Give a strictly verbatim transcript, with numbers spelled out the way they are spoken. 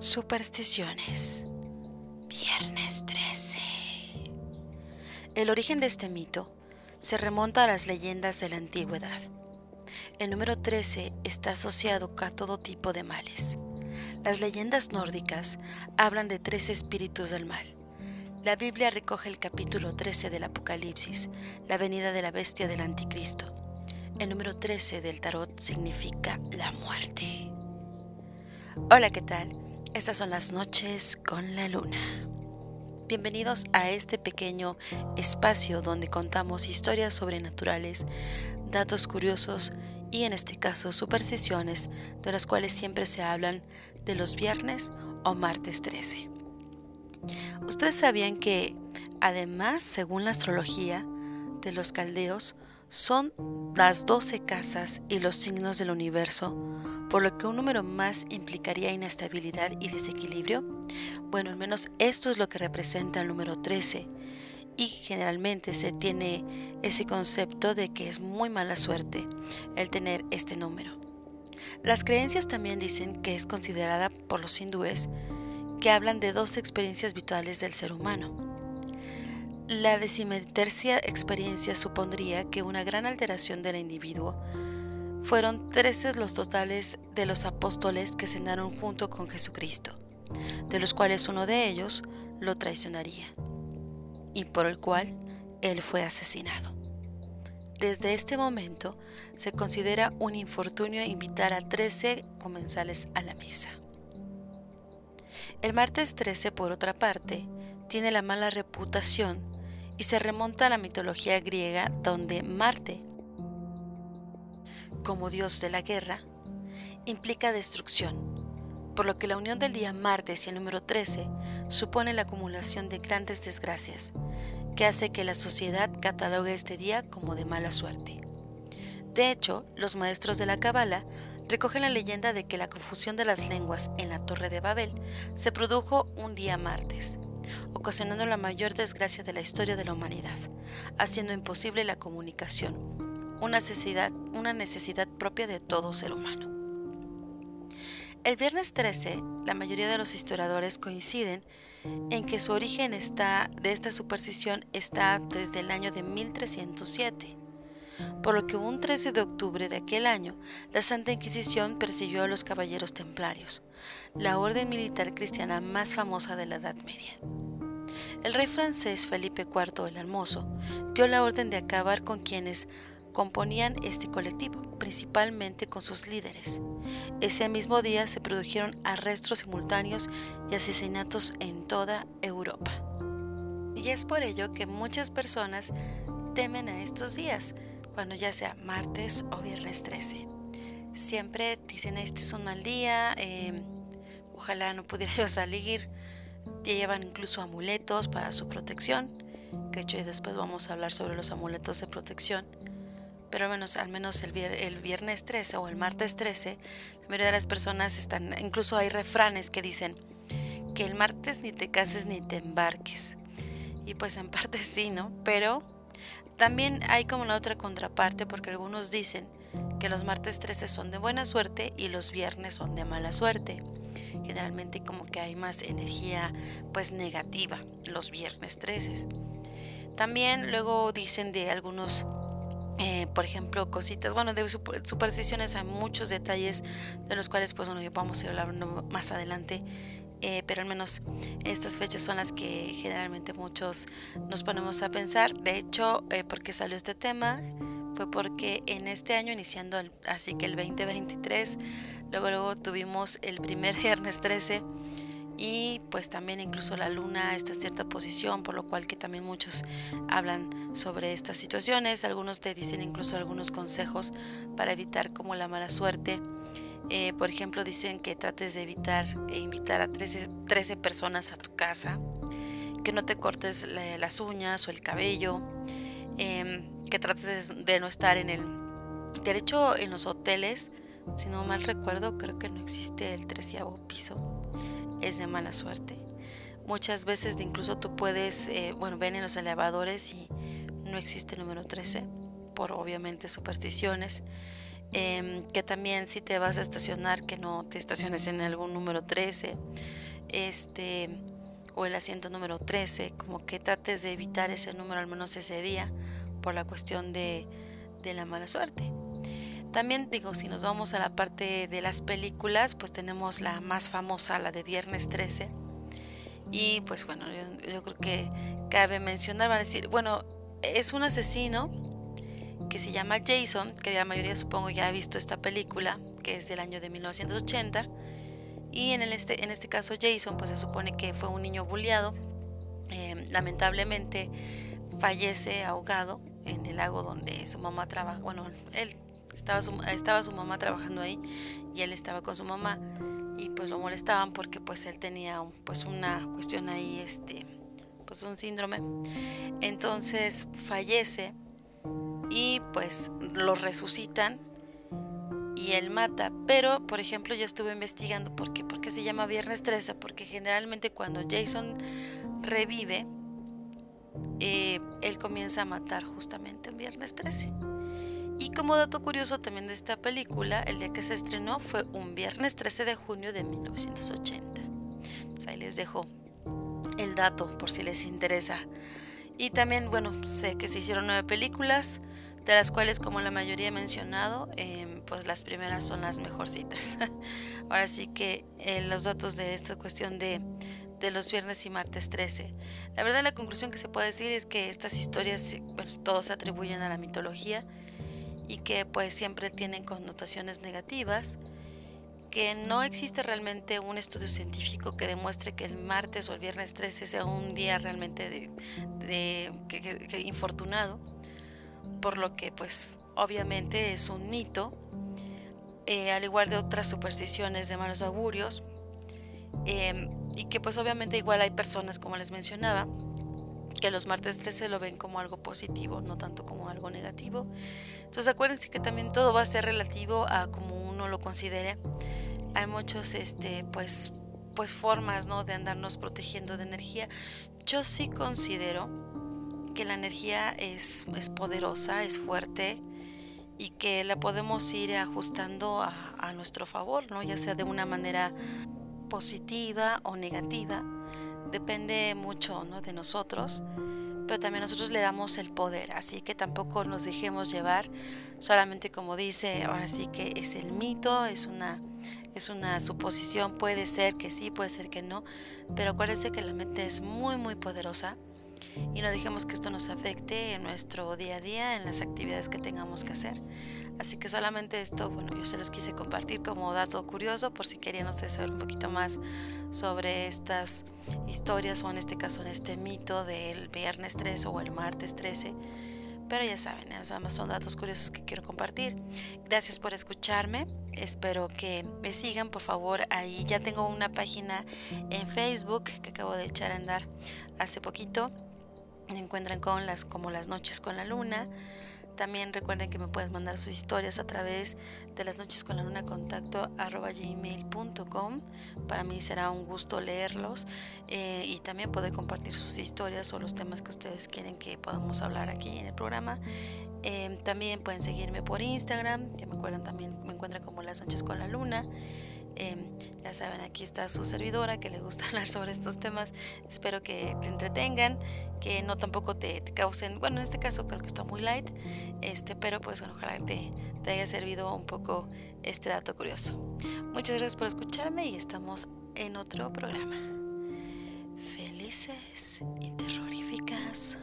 Supersticiones. Viernes trece. El origen de este mito se remonta a las leyendas de la antigüedad. El número trece está asociado a todo tipo de males. Las leyendas nórdicas hablan de trece espíritus del mal. La Biblia recoge el capítulo trece del Apocalipsis, la venida de la bestia del anticristo. El número trece del tarot significa la muerte. Hola, ¿qué tal? Estas son las noches con la luna. Bienvenidos a este pequeño espacio donde contamos historias sobrenaturales, datos curiosos y en este caso supersticiones de las cuales siempre se hablan de los viernes o martes trece. ¿Ustedes sabían que además, según la astrología de los caldeos, son las doce casas y los signos del universo, por lo que un número más implicaría inestabilidad y desequilibrio? Bueno, al menos esto es lo que representa el número trece, y generalmente se tiene ese concepto de que es muy mala suerte el tener este número. Las creencias también dicen que es considerada por los hindúes, que hablan de dos experiencias vitales del ser humano. La decimetercia experiencia supondría que una gran alteración del individuo. Fueron trece los totales de los apóstoles que cenaron junto con Jesucristo, de los cuales uno de ellos lo traicionaría, y por el cual él fue asesinado. Desde este momento se considera un infortunio invitar a trece comensales a la mesa. El martes trece, por otra parte, tiene la mala reputación y se remonta a la mitología griega, donde Marte, como dios de la guerra, implica destrucción, por lo que la unión del día martes y el número trece supone la acumulación de grandes desgracias, que hace que la sociedad catalogue este día como de mala suerte. De hecho, los maestros de la Cábala recogen la leyenda de que la confusión de las lenguas en la Torre de Babel se produjo un día martes, ocasionando la mayor desgracia de la historia de la humanidad, haciendo imposible la comunicación, una necesidad, una necesidad propia de todo ser humano. El viernes trece, la mayoría de los historiadores coinciden en que su origen está, de esta superstición está desde el año de mil trescientos siete, por lo que un trece de octubre de aquel año, la Santa Inquisición persiguió a los caballeros templarios, la orden militar cristiana más famosa de la Edad Media. El rey francés Felipe cuarto el Hermoso dio la orden de acabar con quienes componían este colectivo, principalmente con sus líderes. Ese mismo día se produjeron arrestos simultáneos y asesinatos en toda Europa. Y es por ello que muchas personas temen a estos días, cuando ya sea martes o viernes trece. Siempre dicen, este es un mal día, eh, ojalá no pudiera yo salir. Ya llevan incluso amuletos para su protección, que de hecho después vamos a hablar sobre los amuletos de protección. Pero al menos, al menos el, vier, el viernes trece o el martes trece, la mayoría de las personas están, incluso hay refranes que dicen que el martes ni te cases ni te embarques. Y pues en parte sí, ¿no? Pero también hay como la otra contraparte, porque algunos dicen que los martes trece son de buena suerte y los viernes son de mala suerte. Generalmente como que hay más energía pues negativa los viernes trece. También luego dicen de algunos Eh, por ejemplo, cositas, bueno, de supersticiones hay muchos detalles de los cuales pues bueno, vamos a hablar más adelante, eh, pero al menos estas fechas son las que generalmente muchos nos ponemos a pensar. De hecho, eh, porque salió este tema fue porque en este año, iniciando el, así que el veinte veintitrés, luego luego tuvimos el primer viernes trece, y pues también incluso la luna está en cierta posición, por lo cual que también muchos hablan sobre estas situaciones. Algunos te dicen incluso algunos consejos para evitar como la mala suerte. Eh, por ejemplo, dicen que trates de evitar e invitar a trece, trece personas a tu casa, que no te cortes la, las uñas o el cabello, eh, que trates de, de no estar en el... De hecho, en los hoteles, si no mal recuerdo, creo que no existe el treceavo piso. Es de mala suerte. Muchas veces incluso tú puedes, eh, bueno, ven en los elevadores y no existe el número trece, por obviamente supersticiones. eh, que también si te vas a estacionar, que no te estaciones en algún número trece, este, o el asiento número trece, como que trates de evitar ese número al menos ese día, por la cuestión de, de la mala suerte. También digo, si nos vamos a la parte de las películas, pues tenemos la más famosa, la de Viernes trece. Y pues bueno, yo, yo creo que cabe mencionar, van a decir, bueno, es un asesino que se llama Jason, que la mayoría supongo ya ha visto esta película, que es del año de mil novecientos ochenta. Y en, el este, en este caso Jason, pues se supone que fue un niño bulliado. Eh, lamentablemente fallece ahogado en el lago donde su mamá trabaja. Bueno, él estaba su, estaba su mamá trabajando ahí y él estaba con su mamá, y pues lo molestaban porque pues él tenía pues una cuestión ahí, este, pues un síndrome. Entonces fallece y pues lo resucitan y él mata. Pero por ejemplo, ya estuve investigando por qué, por qué se llama Viernes trece, porque generalmente cuando Jason revive, eh, él comienza a matar justamente en Viernes trece. Y como dato curioso también de esta película, el día que se estrenó fue un viernes trece de junio de mil novecientos ochenta. Pues ahí les dejo el dato por si les interesa. Y también, bueno, sé que se hicieron nueve películas, de las cuales, como la mayoría he mencionado, eh, pues las primeras son las mejorcitas. Ahora sí que eh, los datos de esta cuestión de, de los viernes y martes trece. La verdad, la conclusión que se puede decir es que estas historias, pues todos se atribuyen a la mitología, y que pues siempre tienen connotaciones negativas, que no existe realmente un estudio científico que demuestre que el martes o el viernes trece sea un día realmente de, de que, que, que infortunado, por lo que pues obviamente es un mito, eh, al igual de otras supersticiones de malos augurios, eh, y que pues obviamente igual hay personas, como les mencionaba, que los martes trece lo ven como algo positivo, no tanto como algo negativo. Entonces acuérdense que también todo va a ser relativo a cómo uno lo considere. Hay muchos este pues pues formas, ¿no?, de andarnos protegiendo de energía. Yo sí considero que la energía es, es poderosa, es fuerte, y que la podemos ir ajustando a, a nuestro favor, ¿no?, ya sea de una manera positiva o negativa. Depende mucho, ¿no?, de nosotros, pero también nosotros le damos el poder, así que tampoco nos dejemos llevar solamente, como dice, ahora sí que es el mito, es una, es una suposición, puede ser que sí, puede ser que no, pero acuérdense que la mente es muy muy poderosa, y no dejemos que esto nos afecte en nuestro día a día, en las actividades que tengamos que hacer. Así que solamente esto, bueno, yo se los quise compartir como dato curioso, por si querían ustedes saber un poquito más sobre estas historias, o en este caso en este mito del viernes trece o el martes trece. Pero ya saben, ¿eh? O sea, son datos curiosos que quiero compartir. Gracias por escucharme, espero que me sigan, por favor. Ahí ya tengo una página en Facebook que acabo de echar a andar hace poquito. Me encuentran con las, como Las Noches con la Luna. También recuerden que me pueden mandar sus historias a través de Las Noches con la Luna, contacto arroba gmail punto com. Para mí será un gusto leerlos, eh, y también poder compartir sus historias o los temas que ustedes quieren que podamos hablar aquí en el programa. Eh, también pueden seguirme por Instagram, ya me acuerdan, también me encuentran como Las Noches con la Luna. Eh, ya saben, aquí está su servidora que le gusta hablar sobre estos temas. Espero que te entretengan, que no tampoco te, te causen, bueno, en este caso creo que está muy light, este, pero pues bueno, ojalá te, te haya servido un poco este dato curioso. Muchas gracias por escucharme y estamos en otro programa. Felices y terroríficas